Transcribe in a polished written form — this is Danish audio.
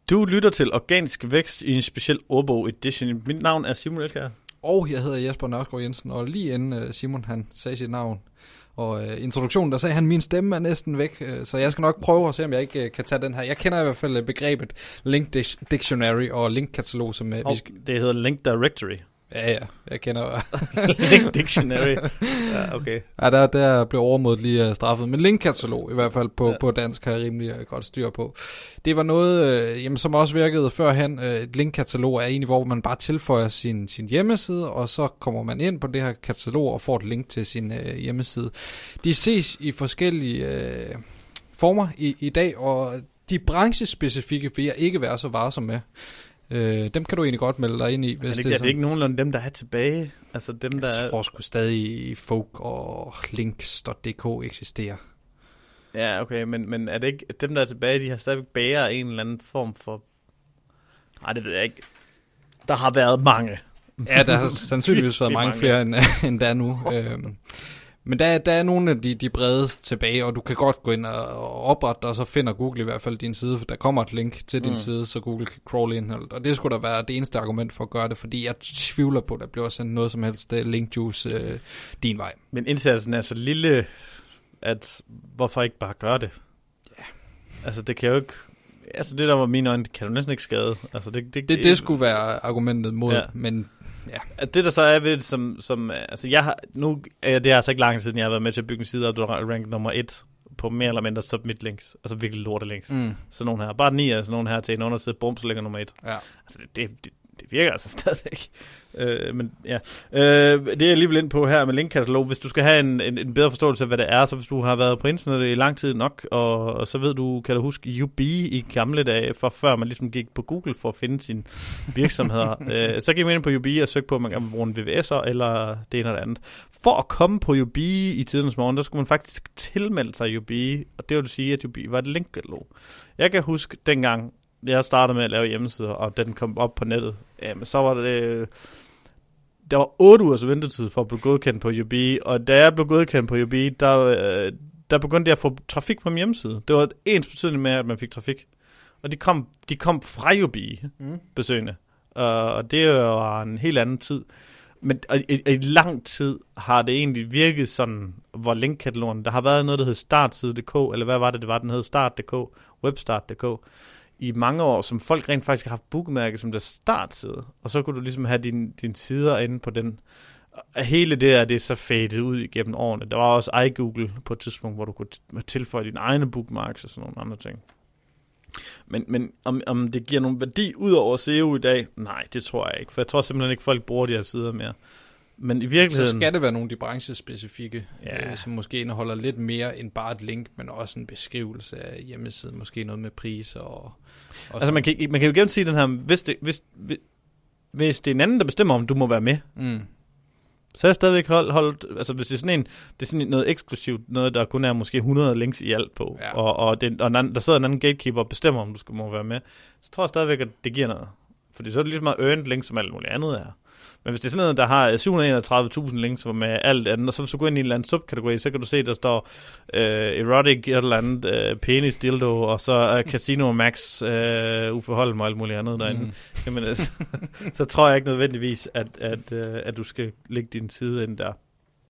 Du lytter til Organisk Vækst i en speciel ordbog edition. Mit navn er Simon Elkjær. Og jeg hedder Jesper Nørskov Jensen, og lige inden Simon han sagde sit navn og introduktionen, der sagde han, min stemme er næsten væk, så jeg skal nok prøve at se, om jeg ikke kan tage den her. Jeg kender i hvert fald begrebet Link Dictionary og Link-katalog, som det hedder Link Directory. Ja, jeg kender Link Dictionary. Ja, okay. Ja, der blev overmodet lige straffet. Men Link-katalog, i hvert fald på dansk, har jeg rimelig godt styr på. Det var noget, som også virkede førhen. Et Link-katalog er egentlig, hvor man bare tilføjer sin hjemmeside, og så kommer man ind på det her katalog og får et link til sin hjemmeside. De ses i forskellige former i dag, og de branchespecifikke vil jeg ikke være så varsom med. Dem kan du egentlig godt melde dig ind i. Hvis det er ikke nogenlunde dem, der er tilbage. Altså dem, der jeg tror sgu stadig Folk og Links.dk eksisterer. Ja, okay, men er det ikke dem, der er tilbage, de har stadigvæk bærer en eller anden form for... Nej, det ved jeg ikke. Der har været mange. Ja, der har sandsynligvis været mange flere, end der er nu. Men der er nogle af de bredeste tilbage, og du kan godt gå ind og oprette, og så finder Google i hvert fald din side, for der kommer et link til din side, så Google kan crawle indholdet. Og det skulle da være det eneste argument for at gøre det, fordi jeg tvivler på, at der bliver sendt noget som helst linkjuice din vej. Men indsatsen er så lille, at hvorfor ikke bare gøre det? Ja. Altså det kan jo ikke... Altså det der var mine øjne, det kan du næsten ikke skade. Altså det skulle være argumentet mod, ja. Men... Ja. Det der så er ved det, som altså jeg har, nu det er altså ikke lang tid siden, jeg har været med til at bygge en side, og du har ranket nummer 1 på mere eller mindre submit links, altså virkelig lorte links. Sådan nogle her, bare 9 af sådan nogle her til en underside, bum, så ligger nummer 1. Ja. Altså det virker altså stadigvæk. Men ja, det er alligevel ind på her med linkkatalog. Hvis du skal have en bedre forståelse af, hvad det er, så hvis du har været på internettet i lang tid nok, og så ved du, kan du huske UB i gamle dage, for før man ligesom gik på Google for at finde sine virksomheder. Så gik man ind på UB og søgte på, om man kan bruge en VVS'er eller det ene eller andet. For at komme på UB i tidens morgen, der skulle man faktisk tilmelde sig UB, og det vil sige, at UB var et linkkatalog. Jeg kan huske dengang, jeg startede med at lave hjemmesider, og den kom op på nettet, jamen så var det... Der var 8 ugers ventetid for at blive godkendt på UB, og da jeg blev godkendt på UB, der begyndte jeg at få trafik på min hjemmeside. Det var ens betydning med, at man fik trafik. Og de kom fra UB besøgende, og det var en helt anden tid. Men i lang tid har det egentlig virket sådan, hvor linkkatalogen, der har været noget, der hed startside.dk, eller hvad var det var, den hed start.dk, webstart.dk, i mange år, som folk rent faktisk har haft bookmærket som der startside, og så kunne du ligesom have dine sider inde på den. Hele det er så fadet ud igennem årene. Der var også iGoogle på et tidspunkt, hvor du kunne tilføje dine egne bookmarks og sådan nogle andre ting. Men om det giver nogen værdi ud over SEO i dag? Nej, det tror jeg ikke, for jeg tror simpelthen ikke, folk bruger de her sider mere. Men i virkeligheden... Så skal det være nogle af de branchespecifikke, som måske indeholder lidt mere end bare et link, men også en beskrivelse af hjemmesiden, måske noget med priser og altså man kan jo gerne sige den her, hvis det er en anden, der bestemmer, om du må være med, så er jeg stadigvæk holdt, altså hvis det er sådan noget eksklusivt, noget der kun er måske 100 links i alt på, ja. og der sidder en anden gatekeeper og bestemmer, om du må være med, så tror jeg stadigvæk, at det giver noget. Fordi så er det ligesom meget earned links, som alt muligt andet er. Men hvis det er sådan noget, der har 731.000 links med alt andet, og så hvis du går ind i en eller anden subkategori, så kan du se, der står erotic, et eller andet, penis, dildo, og så casino max, Uffe Holm og alt muligt andet derinde. Jamen, så tror jeg ikke nødvendigvis, at du skal lægge din side ind der.